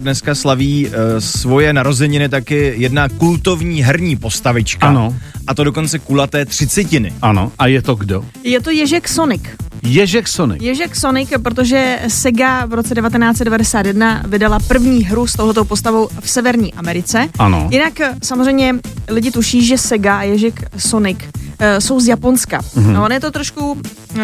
dneska slaví svoje narozeniny taky jedna kultovní herní postavička. Ano. A to dokonce kulaté 30. Ano. A je to kdo? Je to Ježek Sonic. Ježek Sonic. Ježek Sonic, protože Sega v roce 1991 vydala první hru s touhletou postavou v Severní Americe. Ano. Jinak samozřejmě lidi tuší, že Sega a Ježek Sonic jsou z Japonska. No, on je to trošku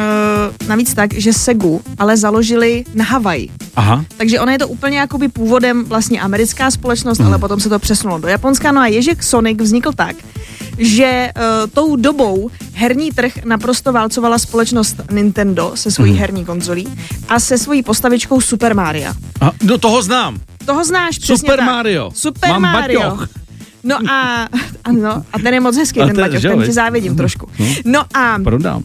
navíc tak, že Segu ale založili na Havaji. Aha. Takže ona je to úplně jakoby původem vlastně americká společnost, ale potom se to přesunulo do Japonska. No a Ježek Sonic vznikl tak, že tou dobou herní trh naprosto válcovala společnost Nintendo se svojí herní konzolí a se svojí postavičkou Super Mario. No toho znám. Toho znáš přesně Super tak. Mario. Super Mám Mario. baťoch. No a ano, a ten je moc hezký, ten baťoch, ten ti závidím trošku. No a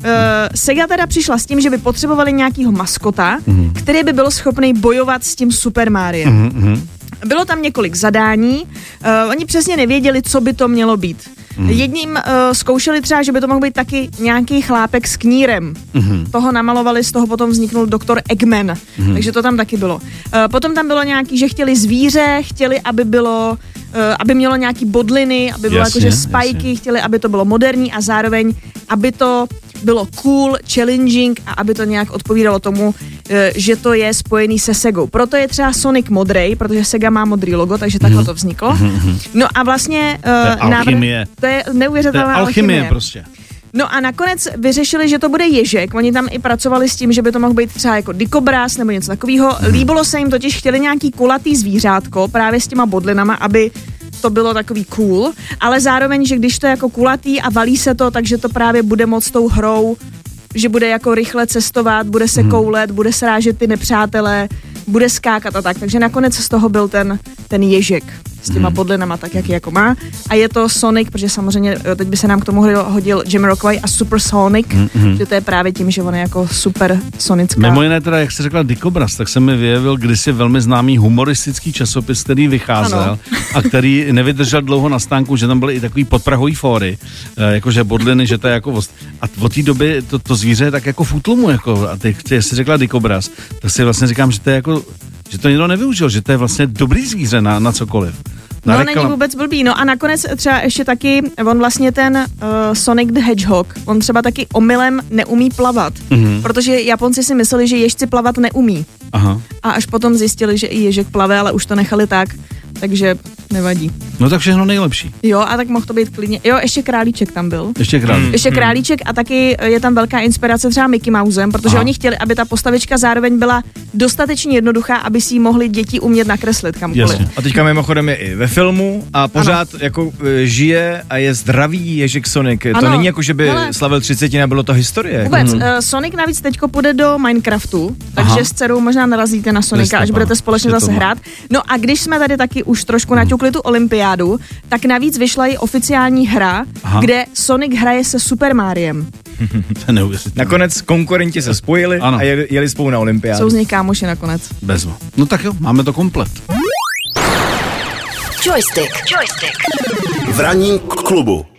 Sega teda přišla s tím, že by potřebovali nějakýho maskota, který by byl schopný bojovat s tím Super Mariem. Bylo tam několik zadání, oni přesně nevěděli, co by to mělo být. Jedním zkoušeli třeba, že by to mohl být taky nějaký chlápek s knírem. Toho namalovali, z toho potom vzniknul doktor Eggman. Takže to tam taky bylo. Potom tam bylo nějaký, že chtěli zvíře, chtěli, aby mělo nějaký bodliny, aby bylo jakože spajky, chtěli, aby to bylo moderní a zároveň, aby to bylo cool, challenging a aby to nějak odpovídalo tomu, že to je spojený se Segou. Proto je třeba Sonic modrej, protože Sega má modrý logo, takže takhle to vzniklo. No a vlastně to je neuvěřitelná alchymie prostě. No a nakonec vyřešili, že to bude ježek. Oni tam i pracovali s tím, že by to mohl být třeba jako dikobraz nebo něco takového. Líbilo se jim totiž, chtěli nějaký kulatý zvířátko právě s těma bodlinama, aby to bylo takový cool, ale zároveň, že když to je jako kulatý a valí se to, takže to právě bude moc tou hrou, že bude jako rychle cestovat, bude se koulet, bude srážet ty nepřátelé, bude skákat a tak. Takže nakonec z toho byl ten ježek s těma bodlinama, tak jak jako má. A je to Sonic, protože samozřejmě teď by se nám k tomu hodil Jamiroquai a Super Sonic, že to je právě tím, že on je jako super sonická. Mimo jiné teda, jak jsi řekla dikobraz, tak se mi vyjevil kdysi velmi známý humoristický časopis, který vycházel a který nevydržel dlouho na stánku, že tam byly i takový podprahový fóry, jakože bodliny, že to je jako a od té doby to zvíře je tak jako v útlumu, jako, a teď, jestli řekla dikobraz, tak si vlastně říkám, že to je jako, že to někdo nevyužil, že to je vlastně dobrý zvíře na cokoliv. No, není vůbec blbý. No a nakonec třeba ještě taky, on vlastně ten Sonic the Hedgehog, on třeba taky omylem neumí plavat, protože Japonci si mysleli, že ježci plavat neumí. Aha. A až potom zjistili, že i ježek plave, ale už to nechali tak, takže nevadí. No tak všechno nejlepší. Jo, a tak mohl to být klidně. Jo, ještě králíček tam byl. Ještě králíček a taky je tam velká inspirace třeba Mickey Mousem, protože oni chtěli, aby ta postavička zároveň byla dostatečně jednoduchá, aby si ji mohli děti umět nakreslit kamkoliv. Jasně. A teďka mimochodem je i ve filmu a pořád jako žije a je zdravý Ježek Sonic. To není jako, že by slavil 30 a bylo to historie. Vůbec. Sonic navíc teďko půjde do Minecraftu, takže s dcerou možná narazíte na Sonika, až budete společně zase hrát. No a když jsme tady taky už trošku naťukli tu olympiádu, tak navíc vyšla i oficiální hra, kde Sonic hraje se Super Mariem. Nakonec konkurenti se spojili a jeli spolu na olympiádu. Jsou z nich kámoši nakonec. Bezva. No tak jo, máme to komplet. Joystick. V ranní klubu.